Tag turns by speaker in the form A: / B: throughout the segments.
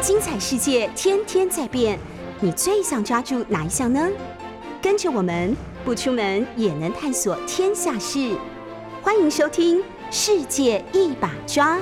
A: 精彩世界天天在变，你最想抓住哪一项呢？跟着我们不出门也能探索天下事，欢迎收听《世界一把抓》。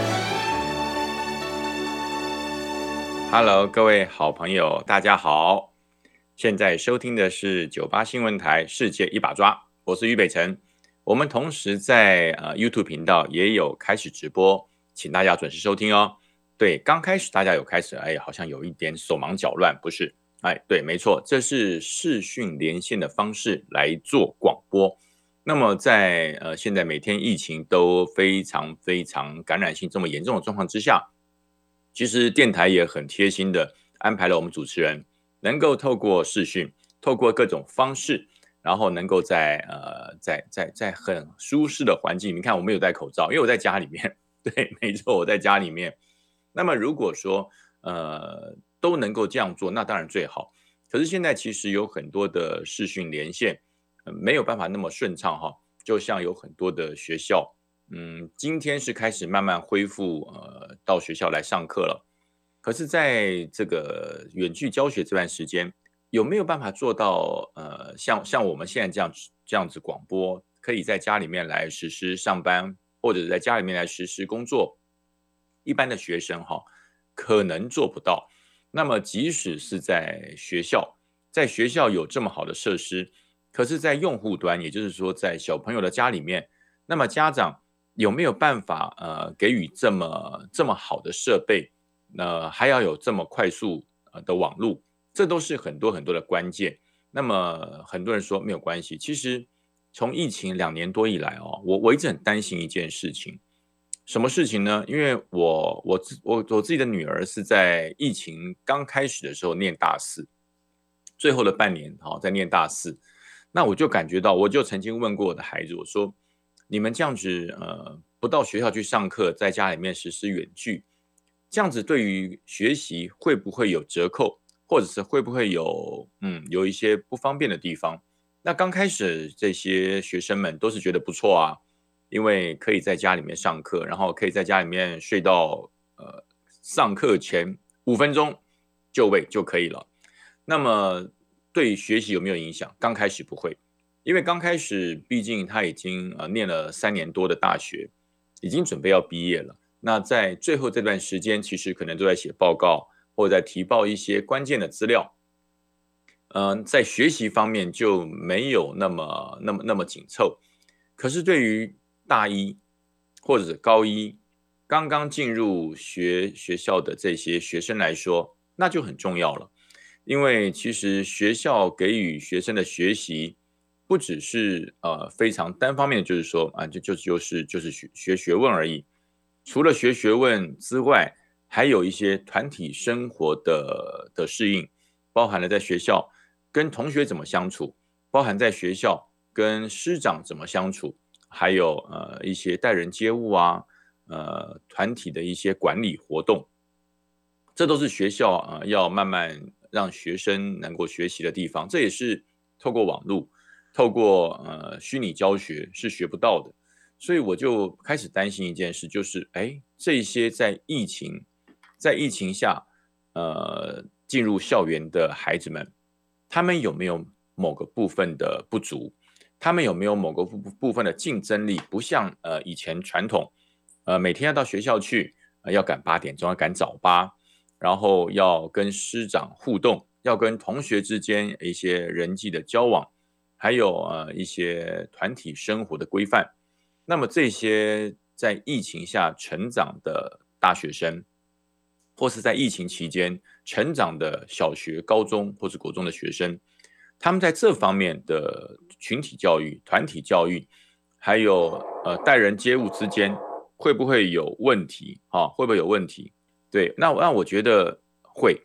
B: Hello， 各位好朋友，大家好！现在收听的是98新闻台《世界一把抓》，我是于北辰。我们同时在YouTube 频道也有开始直播，请大家准时收听哦。对，刚开始大家有开始，好像有一点手忙脚乱，不是？对，没错，这是视讯连线的方式来做广播。那么在现在每天疫情都非常感染性这么严重的状况之下，其实电台也很贴心的安排了我们主持人能够透过视讯，透过各种方式，然后能够在很舒适的环境，你看我没有戴口罩，因为我在家里面，对，没错，我在家里面。那么如果说都能够这样做，那当然最好。可是现在其实有很多的视讯连线，没有办法那么顺畅哈。就像有很多的学校，今天是开始慢慢恢复到学校来上课了。可是在这个远距教学这段时间，有没有办法做到像我们现在这样子广播，可以在家里面来实施上班，或者在家里面来实施工作？一般的学生可能做不到。那么即使是在学校有这么好的设施，可是在用户端，也就是说在小朋友的家里面，那么家长有没有办法给予这么好的设备，还要有这么快速的网络，这都是很多的关键。那么很多人说没有关系，其实从疫情2年多以来我一直很担心一件事情。什么事情呢？因为我自己的女儿是在疫情刚开始的时候念大4，最后的半年在念大4。那我就感觉到，我就曾经问过我的孩子，我说：你们这样子不到学校去上课，在家里面实施远距，这样子对于学习会不会有折扣，或者是会不会有一些不方便的地方？那刚开始这些学生们都是觉得不错啊，因为可以在家里面上课，然后可以在家里面睡到上课前5分钟就位就可以了。那么对学习有没有影响？刚开始不会，因为刚开始毕竟他已经念了3年多的大学，已经准备要毕业了。那在最后这段时间，其实可能都在写报告，或者在提报一些关键的资料。在学习方面就没有那么紧凑。可是对于大一或者是高一刚刚进入学校的这些学生来说，那就很重要了。因为其实学校给予学生的学习，不只是非常单方面的，就是说就是学问而已。除了学学问之外，还有一些团体生活的适应，包含了在学校跟同学怎么相处，包含在学校跟师长怎么相处，还有一些待人接物啊，团体的一些管理活动，这都是学校要慢慢让学生能够学习的地方。这也是透过网络，透过虚拟教学是学不到的。所以我就开始担心一件事，就是这些在疫情下进入校园的孩子们，他们有没有某个部分的不足？他们有没有某个部分的竞争力？不像以前传统，每天要到学校去，要赶8点钟，要赶早八，然后要跟师长互动，要跟同学之间一些人际的交往，还有一些团体生活的规范。那么这些在疫情下成长的大学生，或是在疫情期间成长的小学、高中或是国中的学生，他们在这方面的群体教育、团体教育，还有待人接物之间，会不会有问题？会不会有问题？对，那我觉得会，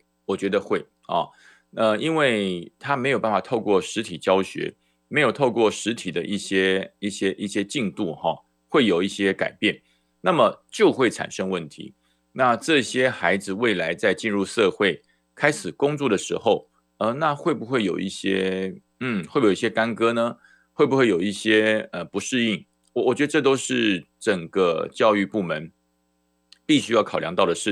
B: 因为他没有办法透过实体教学，没有透过实体的一些进度会有一些改变，那么就会产生问题。那这些孩子未来在进入社会开始工作的时候，那会不会有一些干戈呢？会不会有一些不适应？我觉得这都是整个教育部门必须要考量到的事情。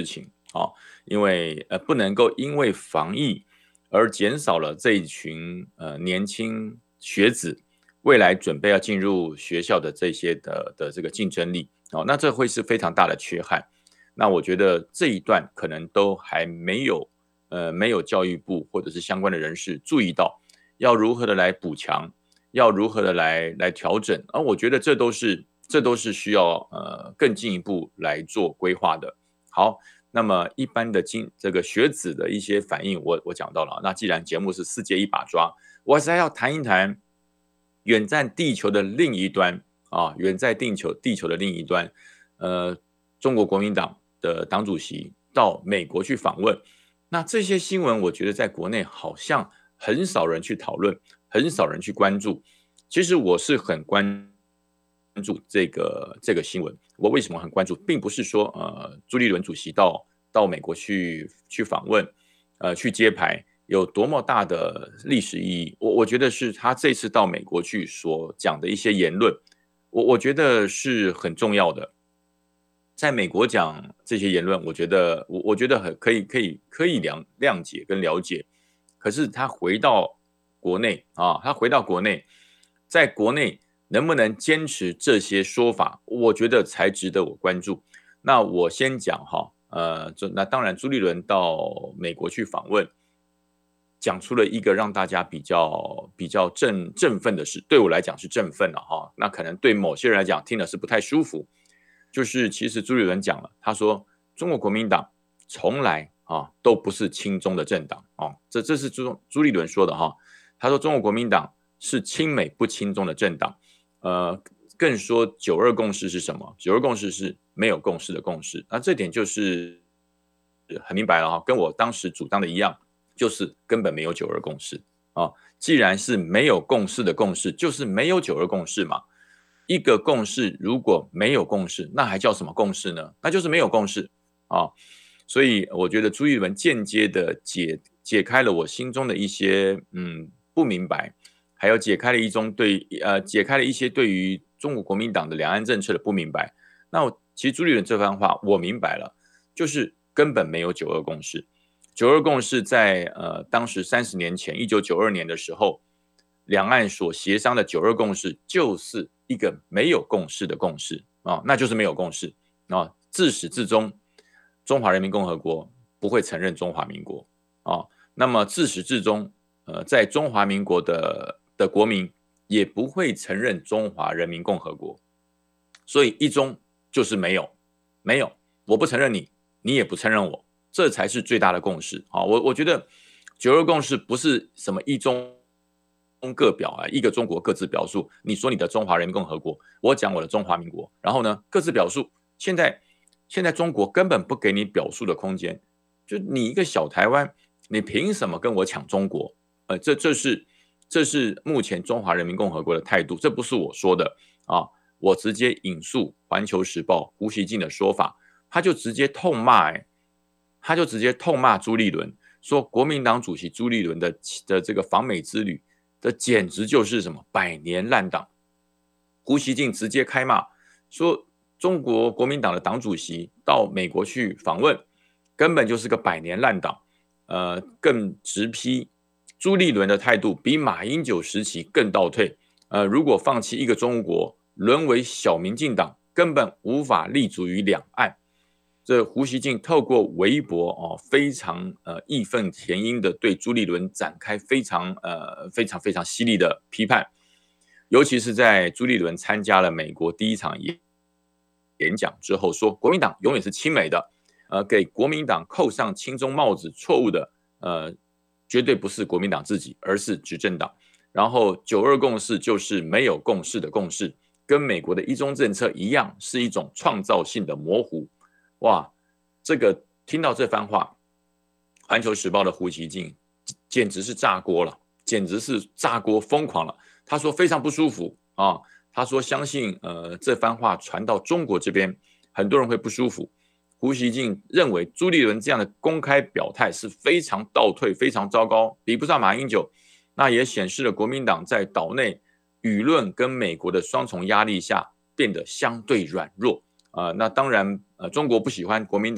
B: 因为不能够因为防疫而减少了这一群年轻学子未来准备要进入学校的这些的这个竞争力那这会是非常大的缺憾。那我觉得这一段可能都还没有教育部或者是相关的人士注意到要如何的来补强，要如何的来调整，我觉得这都是需要更进一步来做规划的。好，那么一般的这个学子的一些反应我讲到了，那既然节目是世界一把抓，我还要谈一谈远在地球的另一端远在地球的另一端，中国国民党的党主席到美国去访问，那这些新闻我觉得在国内好像很少人去讨论，很少人去关注。其实我是很关注这个新闻。我为什么很关注，并不是说朱立伦主席到美国去访问，去揭牌有多么大的历史意义。我觉得是他这次到美国去所讲的一些言论，我觉得是很重要的。在美国讲这些言论，我觉得很可以谅解跟了解。可是他回到国内在国内能不能坚持这些说法，我觉得才值得我关注。那我先讲那当然朱立伦到美国去访问，讲出了一个让大家比较振奋的事，对我来讲是振奋了那可能对某些人来讲听的是不太舒服。就是其实朱立伦讲了，他说中国国民党从来都不是亲中的政党这是朱立伦说的他说中国国民党是亲美不亲中的政党，更说9·2共识是什么？9·2共识是没有共识的共识，那这点就是很明白了跟我当时主张的一样，就是根本没有9·2共识既然是没有共识的共识，就是没有9·2共识嘛。一个共识如果没有共识，那还叫什么共识呢？那就是没有共识所以我觉得朱立伦间接的解开了我心中的一些不明白，还有解开了一些对于中国国民党的两岸政策的不明白。那其实朱立伦这番话我明白了，就是根本没有9·2共识。9·2共识在当时30年前1992年的时候，两岸所协商的9·2共识就是一个没有共识的共识那就是没有共识自始至终中华人民共和国不会承认中华民国那么自始至终在中华民国的国民也不会承认中华人民共和国，所以一中就是没有，我不承认你，你也不承认我，这才是最大的共识我觉得9·2共识不是什么一中各表一个中国各自表述，你说你的中华人民共和国，我讲我的中华民国，然后呢各自表述。现在中国根本不给你表述的空间，就你一个小台湾，你凭什么跟我抢中国？这是目前中华人民共和国的态度，这不是我说的我直接引述《环球时报》胡锡进的说法，他就直接痛骂朱立伦，说国民党主席朱立伦的这个访美之旅这简直就是什么100年烂党。胡锡进直接开骂，说中国国民党的党主席到美国去访问，根本就是个100年烂党。更直批朱立伦的态度比马英九时期更倒退。如果放弃一个中国，沦为小民进党，根本无法立足于两岸。这胡锡进透过微博非常义愤填膺的对朱立伦展开非常犀利的批判，尤其是在朱立伦参加了美国第一场演讲之后，说国民党永远是亲美的，给国民党扣上亲中帽子，错误的绝对不是国民党自己，而是执政党。然后9·2共识就是没有共识的共识，跟美国的一中政策一样，是一种创造性的模糊。哇，这个听到这番话，环球时报的胡锡进简直是炸锅了，简直是炸锅疯狂了。他说非常不舒服他说相信这番话传到中国这边，很多人会不舒服。胡锡进认为朱立伦这样的公开表态是非常倒退，非常糟糕，比不上马英九。那也显示了国民党在岛内舆论跟美国的双重压力下变得相对软弱那当然中国不喜欢国民党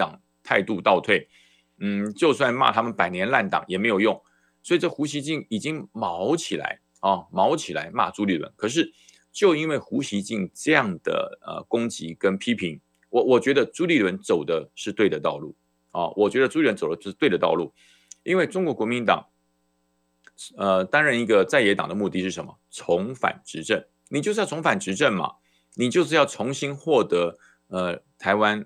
B: 态度倒退，就算骂他们百年烂党也没有用。所以这胡锡进已经毛起来骂朱立伦。可是就因为胡锡进这样的攻击跟批评，我觉得朱立伦走的是对的道路我觉得朱立伦走的是对的道路。因为中国国民党担任一个在野党的目的是什么？重返执政。你就是要重返执政嘛，你就是要重新获得台湾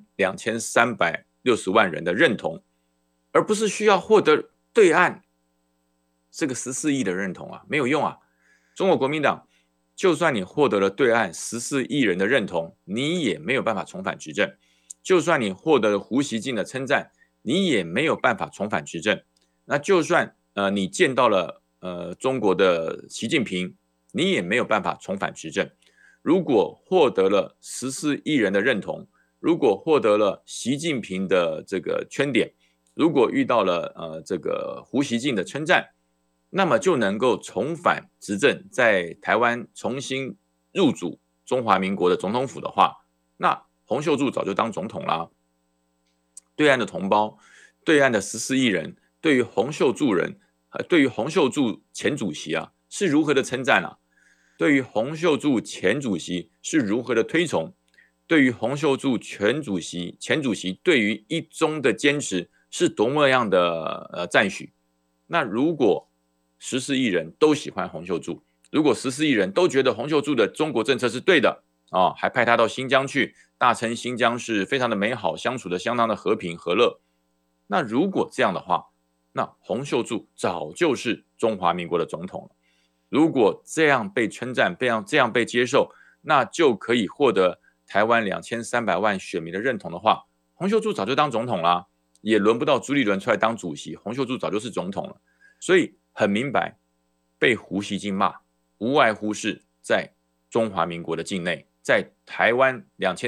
B: 2360万人的认同，而不是需要获得对岸这个14亿的认同没有用中国国民党就算你获得了对岸14亿人的认同，你也没有办法重返执政。就算你获得了胡锡进的称赞，你也没有办法重返执政。那就算你见到了中国的习近平，你也没有办法重返执政。如果获得了14亿人的认同，如果获得了习近平的这个圈点，如果遇到了这个胡锡进的称赞，那么就能够重返执政，在台湾重新入主中华民国的总统府的话，那洪秀柱早就当总统啦。对岸的同胞，对岸的14亿人，对于洪秀柱前主席是如何的称赞对于洪秀柱前主席是如何的推崇，对于洪秀柱前主席对于一中的坚持是多么样的赞许。那如果14亿人都喜欢洪秀柱，如果14亿人都觉得洪秀柱的中国政策是对的还派他到新疆去，大称新疆是非常的美好，相处的相当的和平和乐。那如果这样的话，那洪秀柱早就是中华民国的总统了。如果这样被称赞，这样被接受，那就可以获得台湾2300万选民的认同的话，洪秀柱早就当总统了，也轮不到朱立伦出来当主席，洪秀柱早就是总统了。所以很明白，被胡锡进骂，无外乎是在中华民国的境内，在台湾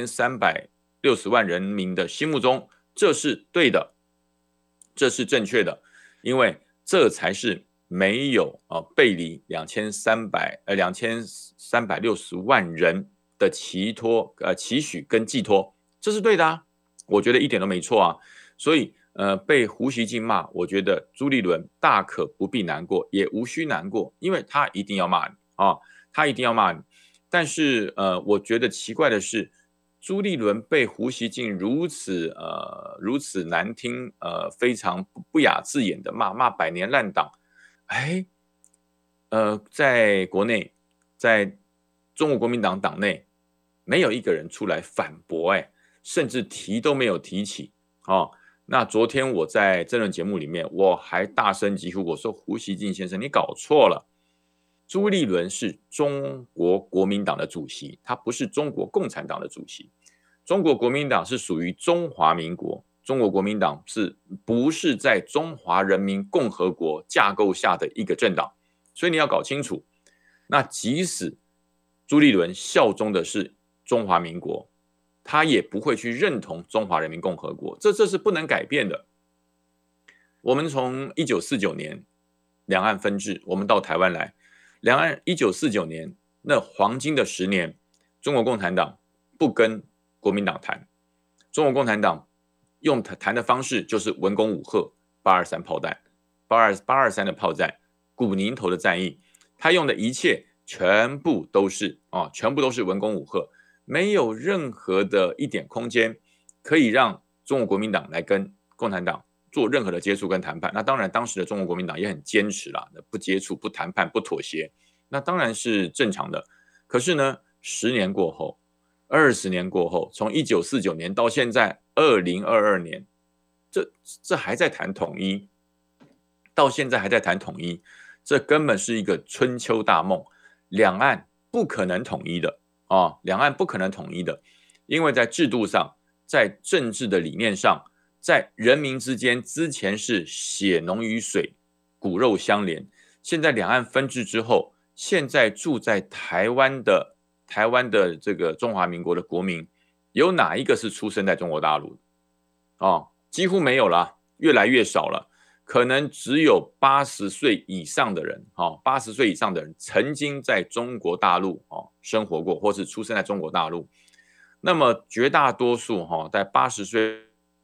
B: 2360万人民的心目中，这是对的，这是正确的，因为这才是没有背离2360万人的期许跟寄托，这是对的我觉得一点都没错所以被胡锡进骂，我觉得朱立伦大可不必难过，也无需难过，因为他一定要骂你他一定要骂你。但是我觉得奇怪的是，朱立伦被胡锡进如此难听非常不雅字眼的骂百年烂党，在国内，在中国国民党党内，没有一个人出来反驳甚至提都没有提起那昨天我在政论节目里面，我还大声疾呼，我说胡锡进先生，你搞错了。朱立伦是中国国民党的主席，他不是中国共产党的主席。中国国民党是属于中华民国，中国国民党不是在中华人民共和国架构下的一个政党？所以你要搞清楚。那即使朱立伦效忠的是中华民国，他也不会去认同中华人民共和国，这是不能改变的。我们从1949年两岸分治，我们到台湾来，两岸1949年那黄金的10年，中国共产党不跟国民党谈，中国共产党用谈的方式就是文攻武吓823炮弹，823的炮战，古宁头的战役，他用的一切全部都是文攻武吓，没有任何的一点空间可以让中国国民党来跟共产党做任何的接触跟谈判。那当然当时的中国国民党也很坚持啦，不接触不谈判不妥协，那当然是正常的。可是呢10年过后20年过后，从1949年到现在2022年，这还在谈统一，到现在还在谈统一，这根本是一个春秋大梦，两岸不可能统一的两岸不可能统一的，因为在制度上，在政治的理念上，在人民之间之前是血浓于水，骨肉相连，现在两岸分治之后，现在住在台湾的这个中华民国的国民，有哪一个是出生在中国大陆几乎没有了，越来越少了，可能只有80岁以上的人80岁以上的人曾经在中国大陆生活过，或是出生在中国大陆。那么绝大多数在80岁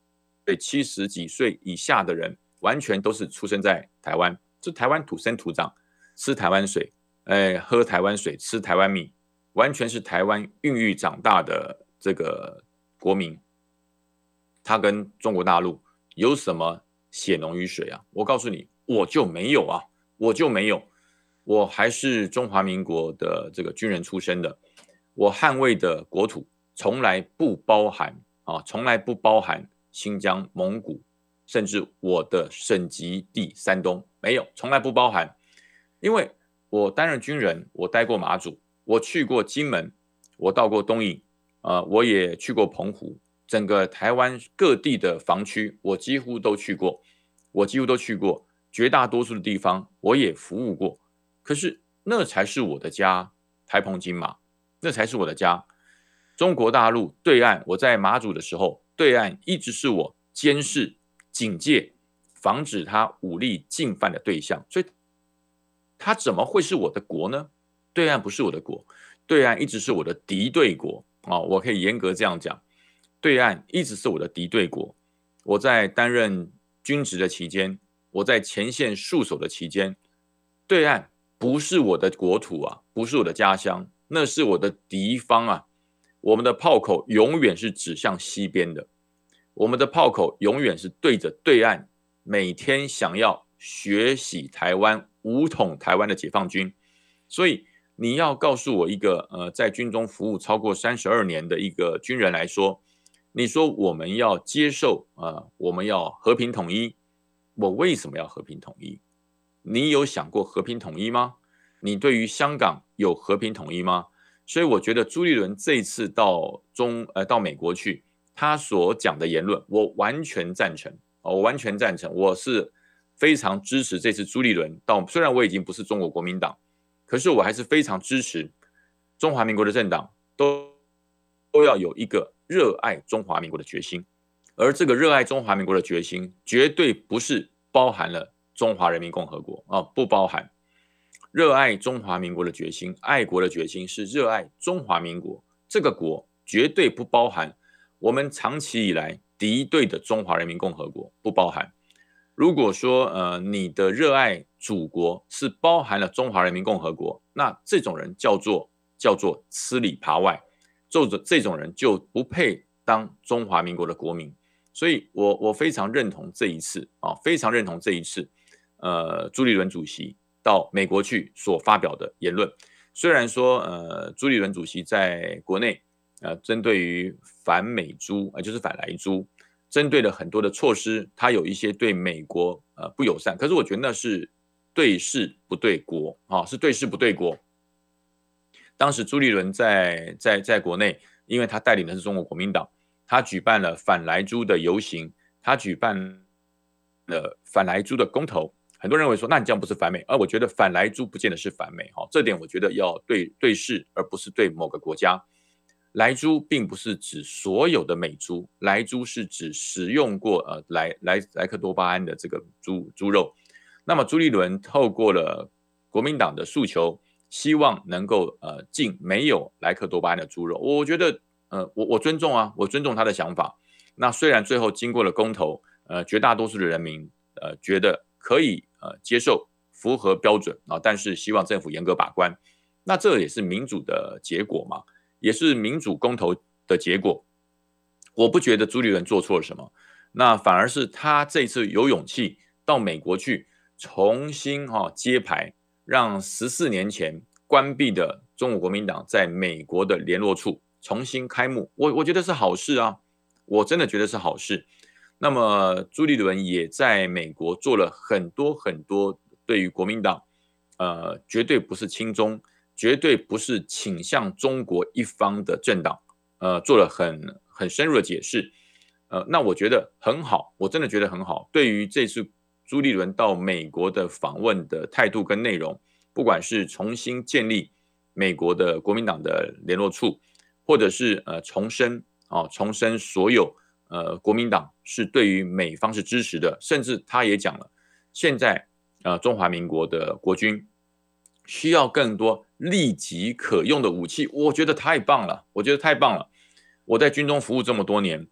B: 70几岁以下的人，完全都是出生在台湾，是台湾土生土长，吃台湾水，喝台湾水，吃台湾米，完全是台湾孕育长大的这个国民。他跟中国大陆有什么血浓于水啊？我告诉你，我就没有啊，我就没有，我还是中华民国的这个军人出身的，我捍卫的国土从来不包含从来不包含新疆、蒙古，甚至我的省籍地山东，没有，从来不包含。因为我担任军人，我待过马祖，我去过金门，我到过东引，我也去过澎湖，整个台湾各地的防区我几乎都去过，绝大多数的地方我也服务过。可是那才是我的家，台澎金马，那才是我的家。中国大陆对岸，我在马祖的时候，对岸一直是我监视、警戒、防止他武力进犯的对象，所以他怎么会是我的国呢？对岸不是我的国，对岸一直是我的敌对国我可以严格这样讲，对岸一直是我的敌对国。我在担任军职的期间，我在前线戍守的期间，对岸不是我的国土啊，不是我的家乡，那是我的敌方啊。我们的炮口永远是指向西边的，我们的炮口永远是对着对岸，每天想要学习台湾、武统台湾的解放军。所以你要告诉我一个在军中服务超过32年的一个军人来说，你说我们要接受我们要和平统一，我为什么要和平统一？你有想过和平统一吗？你对于香港有和平统一吗？所以我觉得朱立伦这一次到美国去，他所讲的言论，我完全赞成，我完全赞成，我是非常支持这次朱立伦到，虽然我已经不是中国国民党，可是我还是非常支持中华民国的政党都要有一个热爱中华民国的决心，而这个热爱中华民国的决心，绝对不是包含了中华人民共和国不包含。热爱中华民国的决心，爱国的决心是热爱中华民国，这个国绝对不包含我们长期以来敌对的中华人民共和国，不包含。如果说你的热爱祖国是包含了中华人民共和国，那这种人叫做吃里扒外，这种人就不配当中华民国的国民。所以我非常认同这一次非常认同这一次朱立伦主席到美国去所发表的言论。虽然说朱立伦主席在国内针对于反美猪就是反莱猪，针对了很多的措施，他有一些对美国不友善，可是我觉得那是对事不对国是对事不对国。当时朱立伦在国内，因为他带领的是中国国民党，他举办了反莱猪的游行，他举办了反莱猪的公投。很多人认为说，那你这样不是反美？我觉得反莱猪不见得是反美这点我觉得要对事，而不是对某个国家。莱猪并不是指所有的美猪，莱猪是指食用过莱克多巴胺的这个猪肉。那么朱立伦透过了国民党的诉求，希望能够进没有莱克多巴胺的猪肉。我觉得我尊重我尊重他的想法。那虽然最后经过了公投，绝大多数的人民觉得可以接受，符合标准但是希望政府严格把关。那这也是民主的结果嘛，也是民主公投的结果。我不觉得朱立伦做错了什么，那反而是他这次有勇气到美国去重新揭牌，让14年前关闭的中国国民党在美国的联络处重新开幕。我觉得是好事啊，我真的觉得是好事。那么朱立伦也在美国做了很多很多对于国民党绝对不是亲中，绝对不是倾向中国一方的政党做了很深入的解释。那我觉得很好，我真的觉得很好。对于这次朱立伦到美国的访问的态度跟内容，不管是重新建立美国的国民党的联络处，或者是重申所有国民党是对于美方是支持的，甚至他也讲了，现在中华民国的国军需要更多立即可用的武器。我觉得太棒了，我在军中服务这么多年，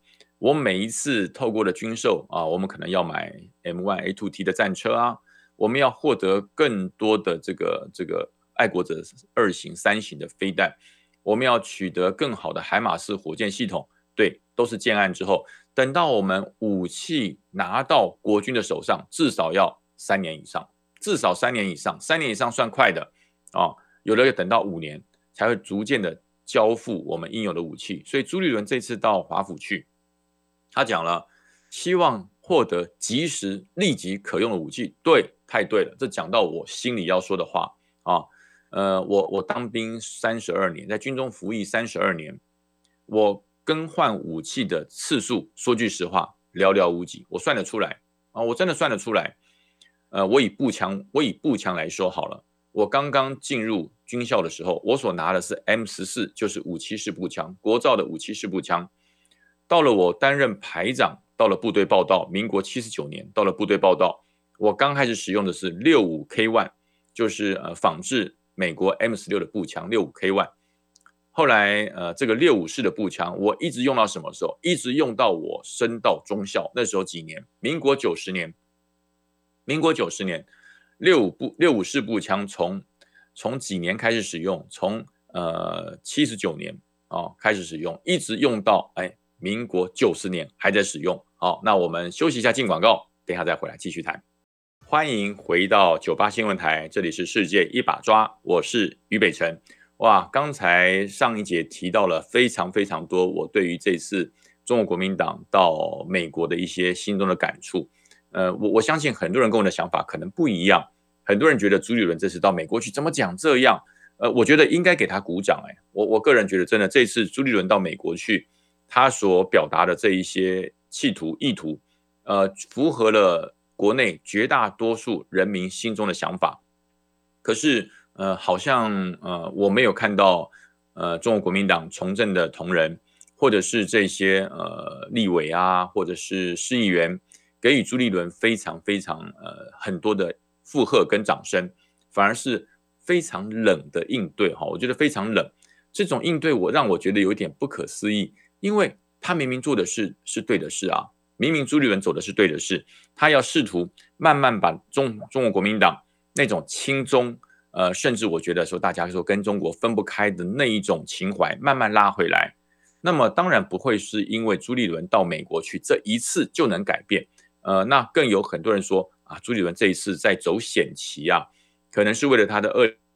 B: 我每一次透过了军售啊，我们可能要买 M1A2T 的战车啊，我们要获得更多的这个爱国者2型、3型的飞弹，我们要取得更好的海马斯火箭系统，对，都是建案之后，等到我们武器拿到国军的手上，至少要3年以上，至少3年以上，3年以上算快的啊，有的要等到5年才会逐渐的交付我们应有的武器。所以朱立伦这次到华府去，他讲了，希望获得及时、立即可用的武器。对，太对了，这讲到我心里要说的话啊。我当兵32年，在军中服役32年，我更换武器的次数，说句实话，寥寥无几。我算得出来啊，我真的算得出来。我以步枪来说好了，我刚刚进入军校的时候，我所拿的是 M14，就是57式步枪，国造的57式步枪。到了我担任排长，到了部队报道，民国79年到了部队报道，我刚开始使用的是 65K1，就是仿制美国 M16的步枪 65K1。后来这个65式的步枪，我一直用到什么时候？一直用到我升到中校，那时候几年？民国90年。民国90年，65式步枪从几年开始使用？从79年开始使用，一直用到民国90年还在使用。好，那我们休息一下，进广告，等一下再回来继续谈。欢迎回到98新闻台，这里是世界一把抓，我是于北辰。哇，刚才上一节提到了非常非常多我对于这次中国国民党到美国的一些心中的感触。我相信很多人跟我的想法可能不一样，很多人觉得朱立伦这次到美国去怎么讲这样？我觉得应该给他鼓掌。我个人觉得真的这次朱立伦到美国去，他所表达的这一些企图意图，符合了国内绝大多数人民心中的想法。可是好像我没有看到中国国民党从政的同仁，或者是这些立委啊，或者是市议员，给予朱立伦非常非常很多的附和跟掌声，反而是非常冷的应对我觉得非常冷。这种应对让我觉得有一点不可思议，因为他明明做的是对的事啊，明明朱立伦走的是对的事，他要试图慢慢把中国国民党那种亲中甚至我觉得说大家说跟中国分不开的那一种情怀慢慢拉回来。那么当然不会是因为朱立伦到美国去这一次就能改变。那更有很多人说朱立伦这一次在走险棋可能是为了他的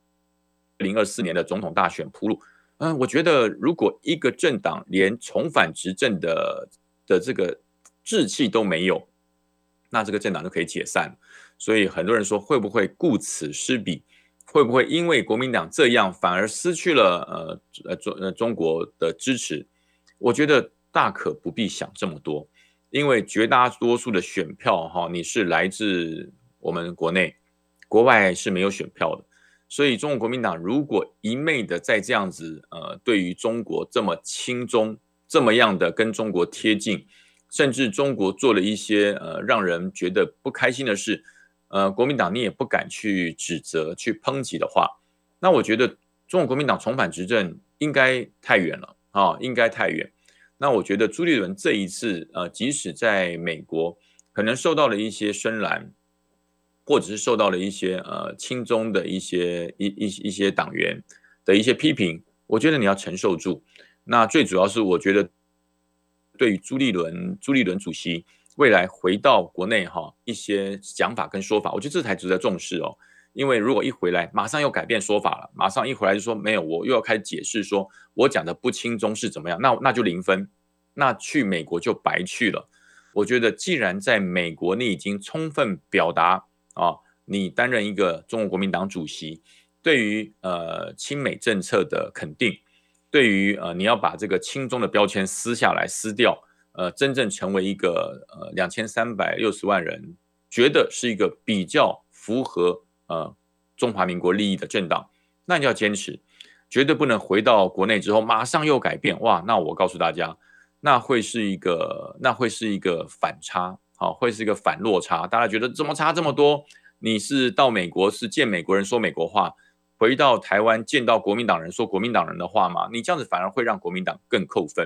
B: 2024年的总统大选铺路。我觉得如果一个政党连重返执政的这个志气都没有，那这个政党就可以解散。所以很多人说会不会顾此失彼，会不会因为国民党这样反而失去了中国的支持？我觉得大可不必想这么多。因为绝大多数的选票你是来自我们国内，国外是没有选票的。所以中国国民党如果一昧的在这样子对于中国这么亲中，这么样的跟中国贴近，甚至中国做了一些让人觉得不开心的事，国民党你也不敢去指责去抨击的话，那我觉得中国国民党重返执政应该太远了应该太远。那我觉得朱立伦这一次即使在美国可能受到了一些声澜，或者是受到了一些亲中的一些党员的一些批评，我觉得你要承受住。那最主要是我觉得对于朱立伦主席未来回到国内一些想法跟说法，我觉得这才值得重视因为如果一回来马上又改变说法了，马上一回来就说没有，我又要开始解释说我讲的不亲中是怎么样，那就0分，那去美国就白去了。我觉得既然在美国你已经充分表达你担任一个中国国民党主席，对于亲美政策的肯定，对于你要把这个亲中的标签撕下来撕掉，真正成为一个2360万人觉得是一个比较符合中华民国利益的政党，那你要坚持，绝对不能回到国内之后马上又改变。哇，那我告诉大家，那会是一个反差会是一个反落差。大家觉得怎么差这么多？你是到美国是见美国人说美国话，回到台湾见到国民党人说国民党人的话吗？你这样子反而会让国民党更扣分。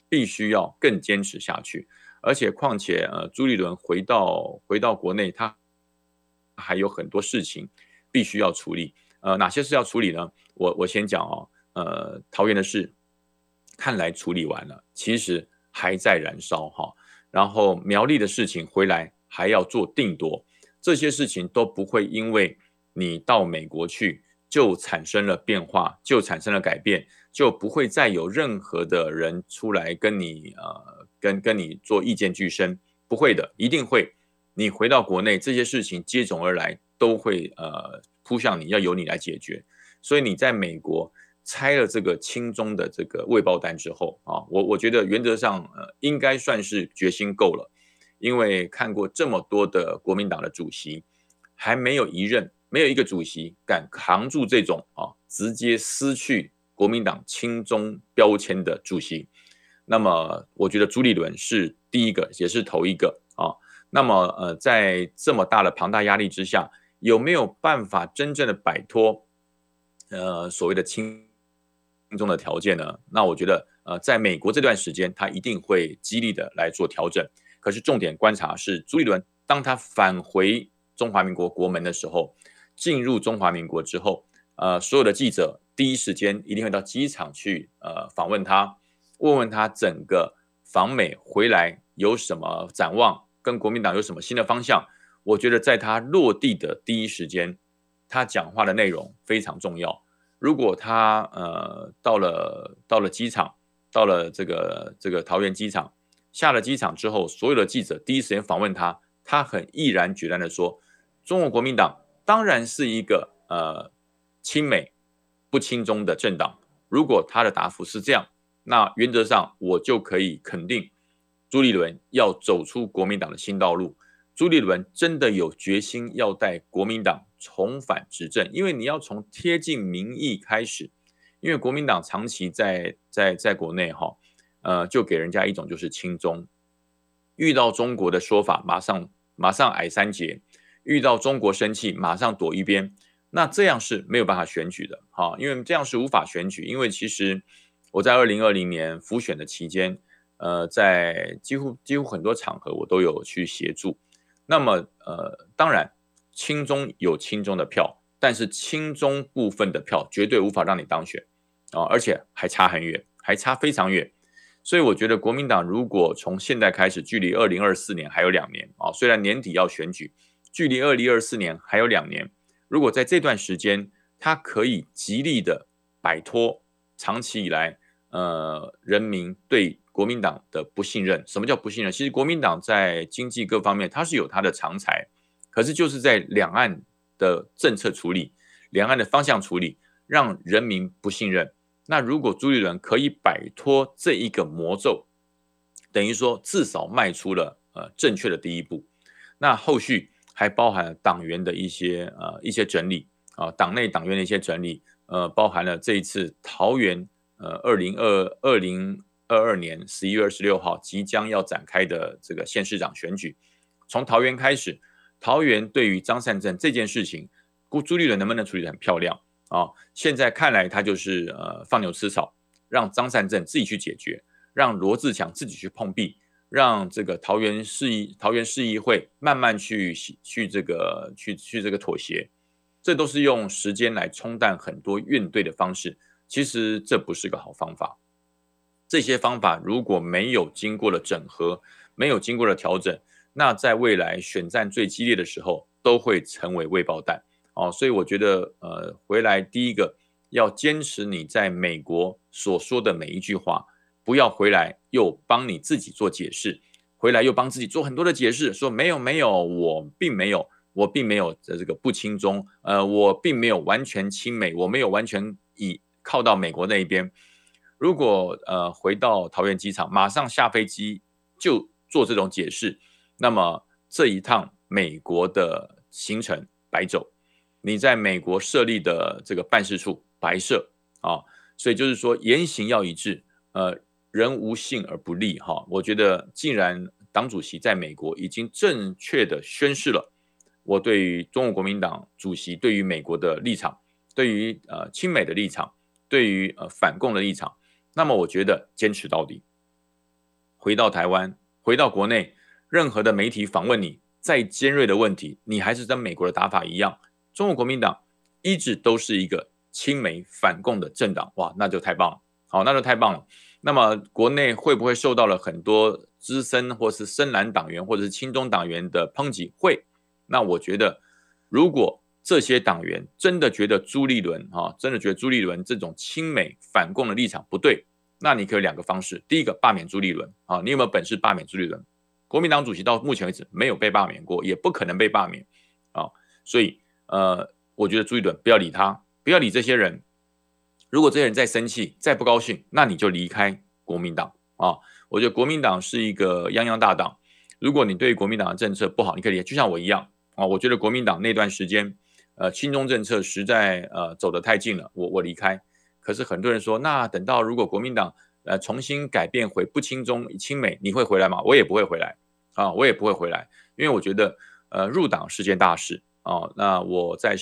B: 必须要更坚持下去。而且况且朱立伦回到国内，他还有很多事情必须要处理。哪些事要处理呢？我先讲哦。桃园的事看来处理完了，其实还在燃烧哈。然后苗栗的事情回来还要做定夺，这些事情都不会因为你到美国去就产生了变化，就产生了改变，就不会再有任何的人出来跟你跟你做意见俱深，不会的，一定会。你回到国内，这些事情接踵而来，都会扑向你，要由你来解决。所以你在美国拆了这个亲中的这个未爆弹之后啊，我觉得原则上应该算是决心够了，因为看过这么多的国民党的主席，还没有一个主席敢扛住这种直接失去国民党亲中标签的主席。那么我觉得朱立伦是第一个，也是头一个啊。那么在这么大的庞大压力之下，有没有办法真正的摆脱所谓的亲中的条件呢？那我觉得在美国这段时间，他一定会激励的来做调整。可是重点观察是朱立伦，当他返回中华民国国门的时候，进入中华民国之后，所有的记者第一时间一定会到机场去访问他，问问他整个访美回来有什么展望，跟国民党有什么新的方向。我觉得在他落地的第一时间，他讲话的内容非常重要。如果他到了机场，到了这个桃园机场，下了机场之后，所有的记者第一时间访问他，他很毅然决然的说，中国国民党当然是一个亲美不亲中的政党。如果他的答复是这样，那原则上我就可以肯定朱立伦要走出国民党的新道路。朱立伦真的有决心要带国民党重返执政，因为你要从贴近民意开始。因为国民党长期在国内就给人家一种就是亲中，遇到中国的说法马上矮三截，遇到中国生气马上躲一边。那这样是没有办法选举的因为这样是无法选举。因为其实我在2020年辅选的期间，在几乎很多场合我都有去协助。那么当然亲中有亲中的票，但是亲中部分的票绝对无法让你当选而且还差很远，还差非常远。所以我觉得国民党如果从现在开始，距离2024年还有2年虽然年底要选举，距离2024年还有2年，如果在这段时间他可以极力的摆脱长期以来人民对国民党的不信任。什么叫不信任？其实国民党在经济各方面它是有它的长才，可是就是在两岸的政策处理、两岸的方向处理，让人民不信任。那如果朱立伦可以摆脱这一个魔咒，等于说至少迈出了正确的第一步。那后续还包含了党员的一些整理党内党员的一些整理，包含了这一次桃园2022年11月26号即将要展开的这个县市长选举。从桃园开始，桃园对于张善政这件事情，朱立伦能不能处理得很漂亮现在看来他就是放牛吃草，让张善政自己去解决，让罗智强自己去碰壁，让这个桃园市议会慢慢去这个妥协。这都是用时间来冲淡很多怨怼的方式，其实这不是个好方法。这些方法如果没有经过了整合，没有经过了调整，那在未来选战最激烈的时候都会成为未爆弹所以我觉得回来第一个要坚持你在美国所说的每一句话，不要回来又帮你自己做解释，回来又帮自己做很多的解释，说没有，我并没有这个不亲中，我并没有完全亲美，我没有完全靠到美国那一边。如果回到桃园机场，马上下飞机就做这种解释，那么这一趟美国的行程白走，你在美国设立的这个办事处白设所以就是说言行要一致，人无信而不立我觉得既然党主席在美国已经正确的宣示了我对于中国国民党主席对于美国的立场，对于亲美的立场，对于反共的立场，那么我觉得坚持到底。 回到台湾，回到国内，任何的媒体访问你，再尖锐的问题，你还是跟美国的打法一样，中国国民党一直都是一个亲美反共的政党，哇，那就太棒了，好，那就太棒了。那么国内会不会受到了很多资深或是深蓝党员或者是亲中党员的抨击？会。那我觉得，如果这些党员真的觉得朱立伦真的觉得朱立伦这种亲美反共的立场不对，那你可以有两个方式。第一个，罢免朱立伦你有没有本事罢免朱立伦？国民党主席到目前为止没有被罢免过，也不可能被罢免所以我觉得朱立伦不要理他，不要理这些人。如果这些人再生气、再不高兴，那你就离开国民党我觉得国民党是一个泱泱大党，如果你对国民党的政策不好，你可以理解，就像我一样我觉得国民党那段时间亲中政策实在走得太近了，我离开。可是很多人说，那等到如果国民党重新改变回不亲中亲美，你会回来吗？我也不会回来我也不会回来，因为我觉得入党是件大事那我在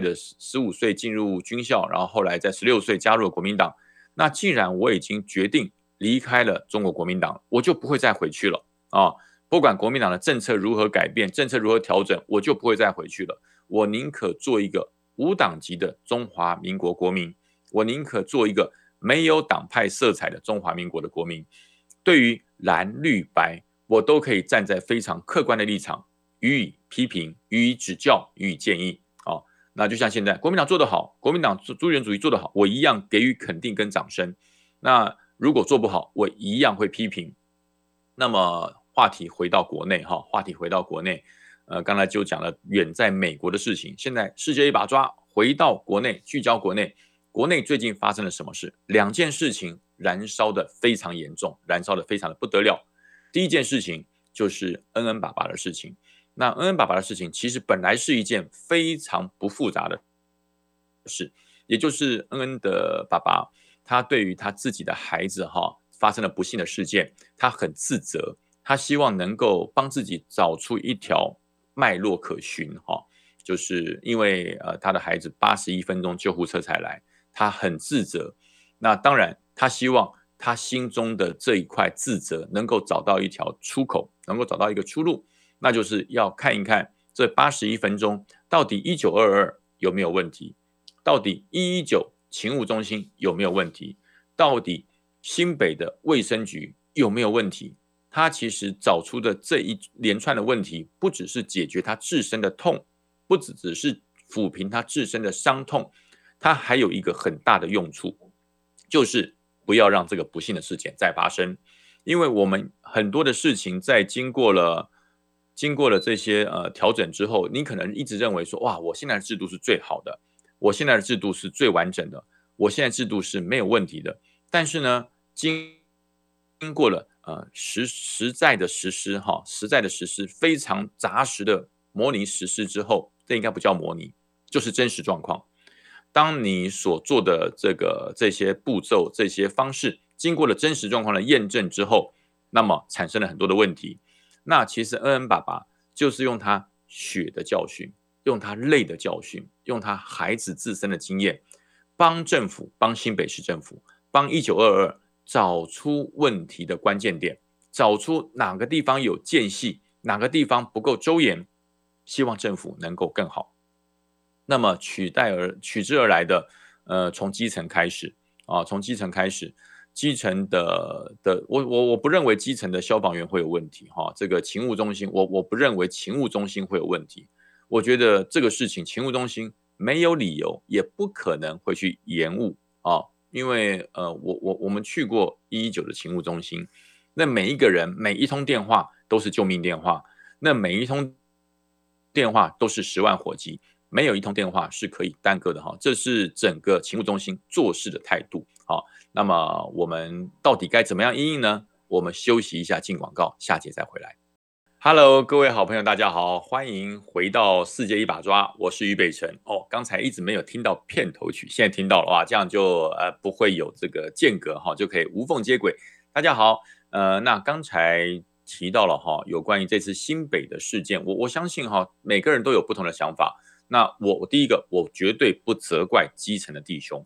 B: 15岁进入军校，然后后来在16岁加入了国民党。那既然我已经决定离开了中国国民党，我就不会再回去了不管国民党的政策如何改变，政策如何调整，我就不会再回去了。我宁可做一个无党籍的中华民国国民，我宁可做一个没有党派色彩的中华民国的国民。对于蓝绿白，我都可以站在非常客观的立场予以批评，予以指教，予以建议那就像现在国民党做得好，国民党朱立伦主义做得好，我一样给予肯定跟掌声。那如果做不好，我一样会批评。那么话题回到国内刚才就讲了远在美国的事情，现在世界一把抓，回到国内，聚焦国内。国内最近发生了什么事？两件事情燃烧的非常严重，燃烧的非常的不得了。第一件事情就是恩恩爸爸的事情。那恩恩爸爸的事情其实本来是一件非常不复杂的事，也就是恩恩的爸爸，他对于他自己的孩子发生了不幸的事件，他很自责，他希望能够帮自己找出一条脉络可循就是因为他的孩子81分钟救护车才来，他很自责。那当然他希望他心中的这一块自责能够找到一条出口，能够找到一个出路，那就是要看一看这81分钟到底1922有没有问题，到底119勤务中心有没有问题，到底新北的卫生局有没有问题。他其实找出的这一连串的问题，不只是解决他自身的痛，不只是抚平他自身的伤痛，他还有一个很大的用处，就是不要让这个不幸的事件再发生。因为我们很多的事情在经过了这些调整之后，你可能一直认为说，哇，我现在的制度是最好的，我现在的制度是最完整的，我现在制度是没有问题的。但是呢，经过了实在的实施，非常扎实的模拟实施之后，这应该不叫模拟，就是真实状况。当你所做的这些步骤、这些方式，经过了真实状况的验证之后，那么产生了很多的问题。那其实恩恩爸爸就是用他血的教训，用他泪的教训，用他孩子自身的经验，帮政府，帮新北市政府，帮1922找出问题的关键点，找出哪个地方有间隙，哪个地方不够周延，希望政府能够更好。那么取之而来的从基层开始从基层开始，基层的我不认为基层的消防员会有问题这个勤务中心我不认为勤务中心会有问题。我觉得这个事情勤务中心没有理由也不可能会去延误因为我们去过119的勤务中心，那每一个人每一通电话都是救命电话，那每一通电话都是10万火急，没有一通电话是可以耽搁的这是整个勤务中心做事的态度那么我们到底该怎么样因应呢？我们休息一下进广告，下节再回来。Hello， 各位好朋友，大家好，欢迎回到世界一把抓，我是于北辰刚才一直没有听到片头曲，现在听到了哇，这样就不会有这个间隔就可以无缝接轨。大家好，那刚才提到了有关于这次新北的事件，我相信每个人都有不同的想法。那我第一个，我绝对不责怪基层的弟兄，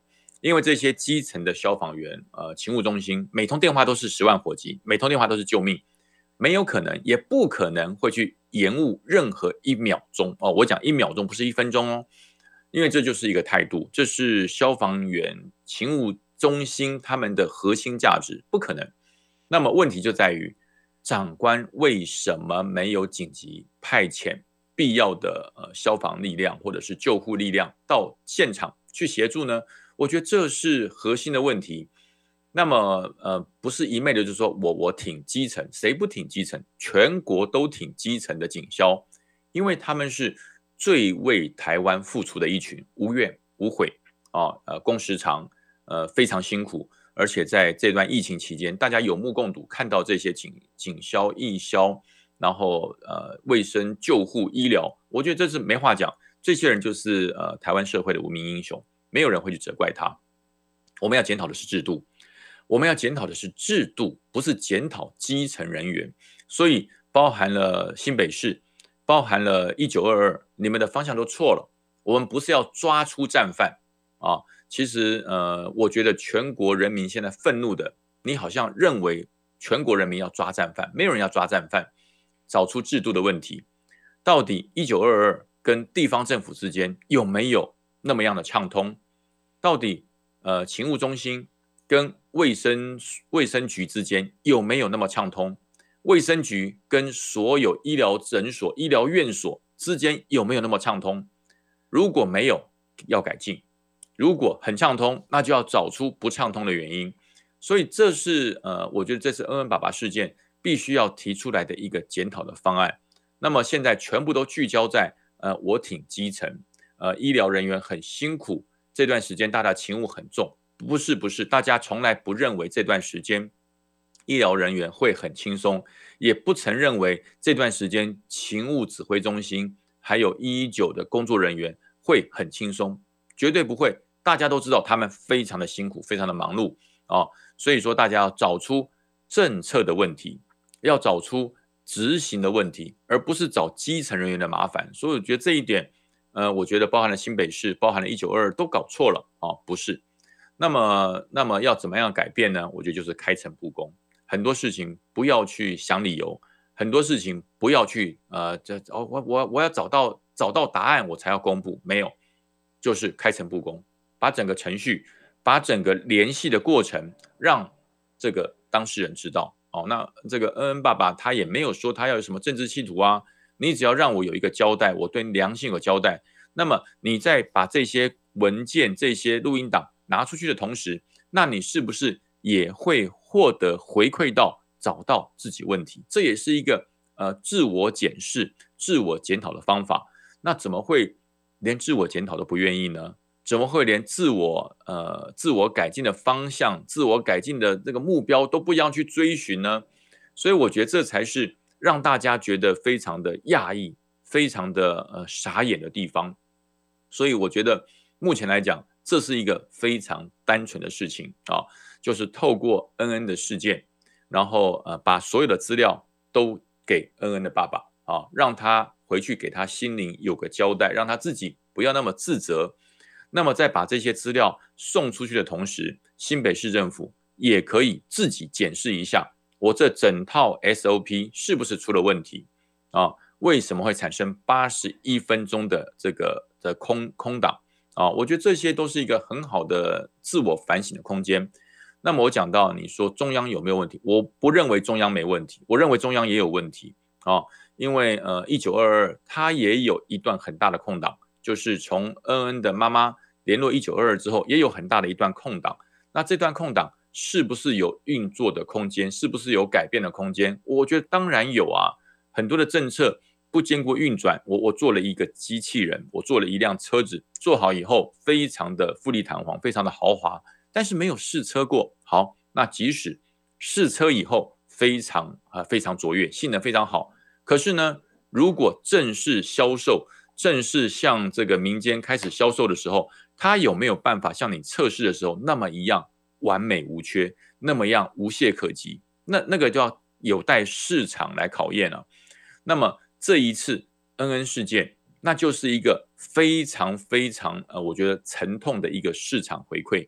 B: 因为这些基层的消防员、勤务中心，每通电话都是10万火急，每通电话都是救命，没有可能，也不可能会去延误任何1秒钟哦。我讲1秒钟，不是1分钟哦，因为这就是一个态度，这是消防员、勤务中心他们的核心价值，不可能。那么问题就在于，长官为什么没有紧急派遣必要的消防力量或者是救护力量到现场去协助呢？我觉得这是核心的问题。那么不是一昧的就是说我挺基层，谁不挺基层？全国都挺基层的警消，因为他们是最为台湾付出的一群，无怨无悔啊，工时长，非常辛苦。而且在这段疫情期间，大家有目共睹，看到这些警消、义消，然后卫生、救护、医疗，我觉得这是没话讲。这些人就是台湾社会的无名英雄，没有人会去责怪他。我们要检讨的是制度，我们要检讨的是制度，不是检讨基层人员。所以包含了新北市，包含了1922，你们的方向都错了。我们不是要抓出战犯啊。其实我觉得全国人民现在愤怒的，你好像认为全国人民要抓战犯，没有人要抓战犯，找出制度的问题。到底1922跟地方政府之间有没有那么样的畅通？到底勤务中心跟卫生局之间有没有那么畅通？卫生局跟所有医疗诊所、医疗院所之间有没有那么畅通？如果没有，要改进。如果很畅通，那就要找出不畅通的原因。所以这是我觉得这是恩恩爸爸事件必须要提出来的一个检讨的方案。那么现在全部都聚焦在我挺基层，医疗人员很辛苦，这段时间大家勤务很重，不是，大家从来不认为这段时间医疗人员会很轻松，也不曾认为这段时间勤务指挥中心还有119的工作人员会很轻松，绝对不会。大家都知道他们非常的辛苦，非常的忙碌啊，所以说大家要找出政策的问题，要找出执行的问题，而不是找基层人员的麻烦。所以我觉得这一点，我觉得包含了新北市，包含了1922都搞错了啊，不是。那么要怎么样改变呢？我觉得就是开诚布公，很多事情不要去想理由，很多事情不要去我要找到答案我才要公布，没有，就是开诚布公。把整个程序，把整个联系的过程，让这个当事人知道。哦，那这个恩恩爸爸他也没有说他要有什么政治企图啊，你只要让我有一个交代，我对良心有交代，那么你在把这些文件、这些录音档拿出去的同时，那你是不是也会获得回馈到找到自己问题？这也是一个自我检视、自我检讨的方法。那怎么会连自我检讨都不愿意呢？怎么会连自我改进的方向、自我改进的这个目标都不一样去追寻呢？所以我觉得这才是让大家觉得非常的讶异、非常的傻眼的地方。所以我觉得目前来讲，这是一个非常单纯的事情啊，就是透过恩恩的事件，然后把所有的资料都给恩恩的爸爸啊，让他回去给他心灵有个交代，让他自己不要那么自责。那么在把这些资料送出去的同时，新北市政府也可以自己检视一下，我这整套 SOP 是不是出了问题啊？为什么会产生81分钟的这个空档啊？我觉得这些都是一个很好的自我反省的空间。那么我讲到你说中央有没有问题，我不认为中央没问题，我认为中央也有问题啊，因为1922它也有一段很大的空档，就是从恩恩的妈妈联络1922之后，也有很大的一段空档。那这段空档是不是有运作的空间？是不是有改变的空间？我觉得当然有啊。很多的政策不经过运转，我做了一个机器人，我做了一辆车子，做好以后非常的富丽堂皇，非常的豪华，但是没有试车过。好，那即使试车以后非常卓越，性能非常好，可是呢，如果正式销售，正式向这个民间开始销售的时候，它有没有办法像你测试的时候那么一样完美无缺，那么样无懈可击？那个就要有待市场来考验了。那么这一次恩恩事件，那就是一个非常我觉得沉痛的一个市场回馈。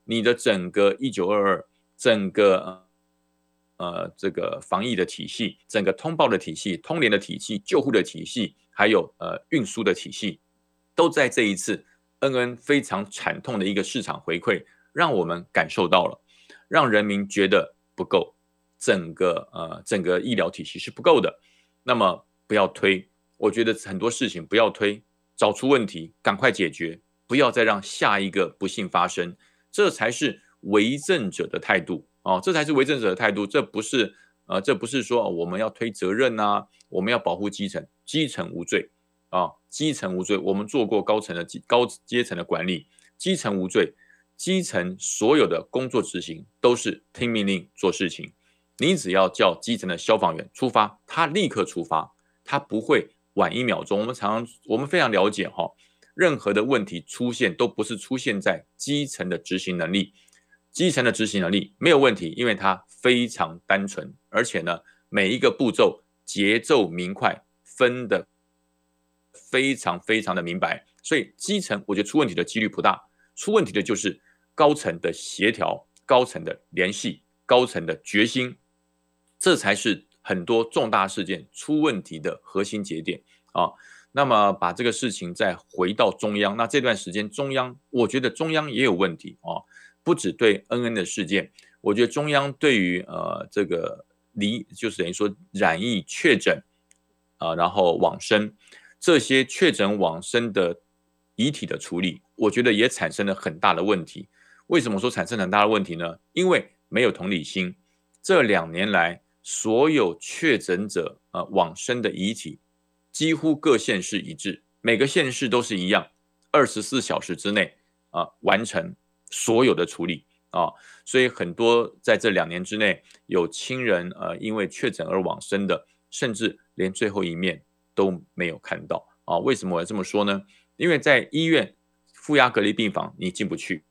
B: 你的整个1922，整个这个防疫的体系，整个通报的体系、通联的体系、救护的体系，还有运输的体系，都在这一次恩恩非常惨痛的一个市场回馈，让我们感受到了，让人民觉得不够，整个医疗体系是不够的。那么不要推，我觉得很多事情不要推，找出问题，赶快解决，不要再让下一个不幸发生，这才是为政者的态度。这才是为政者的态度，这不是说我们要推责任啊，我们要保护基层，基层无罪基层无罪，我们做过高阶层的管理，基层无罪，基层所有的工作执行都是听命令做事情，你只要叫基层的消防员出发，他立刻出发，他不会晚1秒钟。我们非常了解任何的问题出现都不是出现在基层的执行能力。基层的执行能力没有问题，因为它非常单纯，而且呢，每一个步骤节奏明快，分得非常非常的明白，所以基层我觉得出问题的几率不大，出问题的就是高层的协调、高层的联系、高层的决心，这才是很多重大事件出问题的核心节点那么把这个事情再回到中央，那这段时间中央，我觉得中央也有问题不只对恩恩的事件，我觉得中央对于这个就是等于说染疫确诊然后往生这些确诊往生的遗体的处理，我觉得也产生了很大的问题。为什么说产生很大的问题呢？因为没有同理心。这2年来，所有确诊者往生的遗体，几乎各县市一致，每个县市都是一样，24小时之内完成所有的处理所以很多在这2年之内有亲人因为确诊而往生的，甚至连最后一面都没有看到为什么我要这么说呢？因为在医院负压隔离病房你进不去，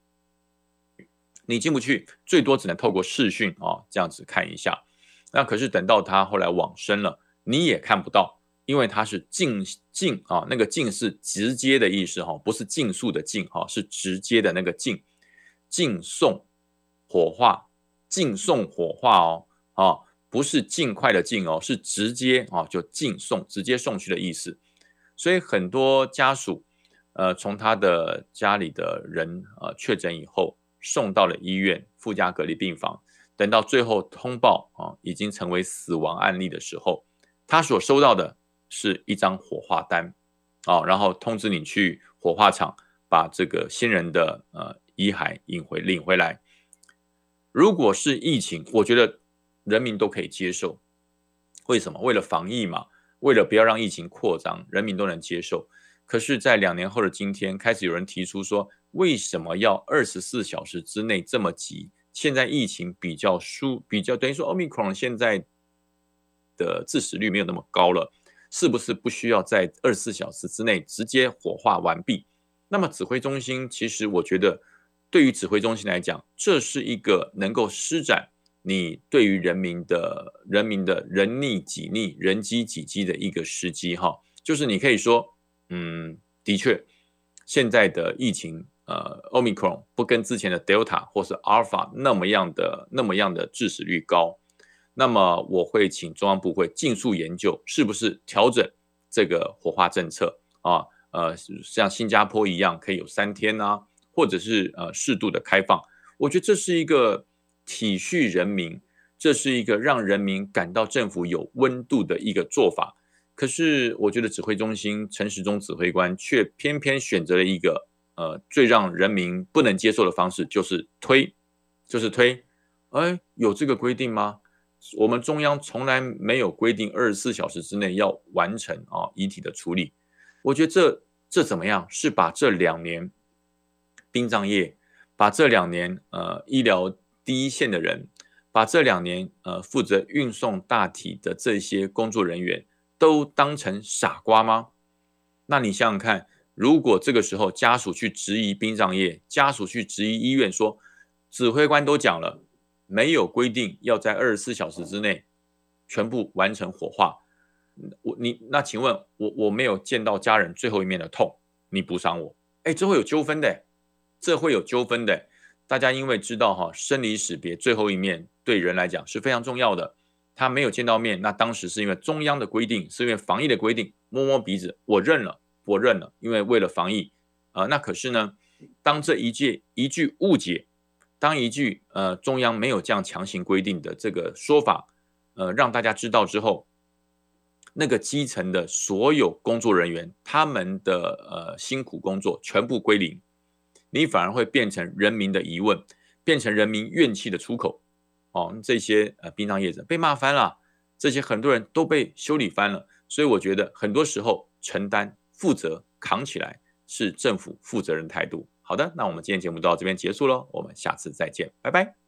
B: 最多只能透过视讯这样子看一下。那可是等到他后来往生了，你也看不到，因为他是那个禁是直接的意思不是竞速的竞是直接的那个竞，敬送火化，敬送火化不是尽快的尽是直接就敬送，直接送去的意思。所以很多家属从他的家里的人确诊以后，送到了医院负压隔离病房，等到最后通报已经成为死亡案例的时候，他所收到的是一张火化单然后通知你去火化场把这个先人的遗骸领回来。如果是疫情，我觉得人民都可以接受。为什么？为了防疫嘛，为了不要让疫情扩张，人民都能接受。可是在2年后的今天，开始有人提出说，为什么要24小时之内这么急？现在疫情比较等于说 Omicron 现在的致死率没有那么高了，是不是不需要在24小时之内直接火化完毕？那么指挥中心其实我觉得对于指挥中心来讲，这是一个能够施展你对于人民的人逆己逆人机己机的一个时机就是你可以说的确现在的疫情Omicron 不跟之前的 Delta 或是 Alpha 那么样的致死率高，那么我会请中央部会尽速研究是不是调整这个火化政策像新加坡一样可以有3天或者是适度的开放。我觉得这是一个体恤人民，这是一个让人民感到政府有温度的一个做法。可是我觉得指挥中心陈时中指挥官却偏偏选择了一个最让人民不能接受的方式，就是推。有这个规定吗？我们中央从来没有规定24小时之内要完成遗体的处理。我觉得这怎么样？是把这2年殡葬业，把这2年医疗第一线的人，把这2年负责运送大体的这些工作人员都当成傻瓜吗？那你想想看，如果这个时候家属去质疑殡葬业，家属去质疑医院说，指挥官都讲了，没有规定要在24小时之内全部完成火化。那请问我没有见到家人最后一面的痛，你补偿我？这会有纠纷的， 大家因为知道生离死别最后一面对人来讲是非常重要的，他没有见到面，那当时是因为中央的规定，是因为防疫的规定，摸摸鼻子，我认了，因为为了防疫那可是呢，当这一句误解，当一句中央没有这样强行规定的这个说法让大家知道之后，那个基层的所有工作人员，他们的辛苦工作全部归零，你反而会变成人民的疑问，变成人民怨气的出口。这些殡葬业者被骂翻了，这些很多人都被修理翻了，所以我觉得很多时候承担、负责、扛起来是政府负责任态度。好的，那我们今天节目到这边结束了，我们下次再见，拜拜。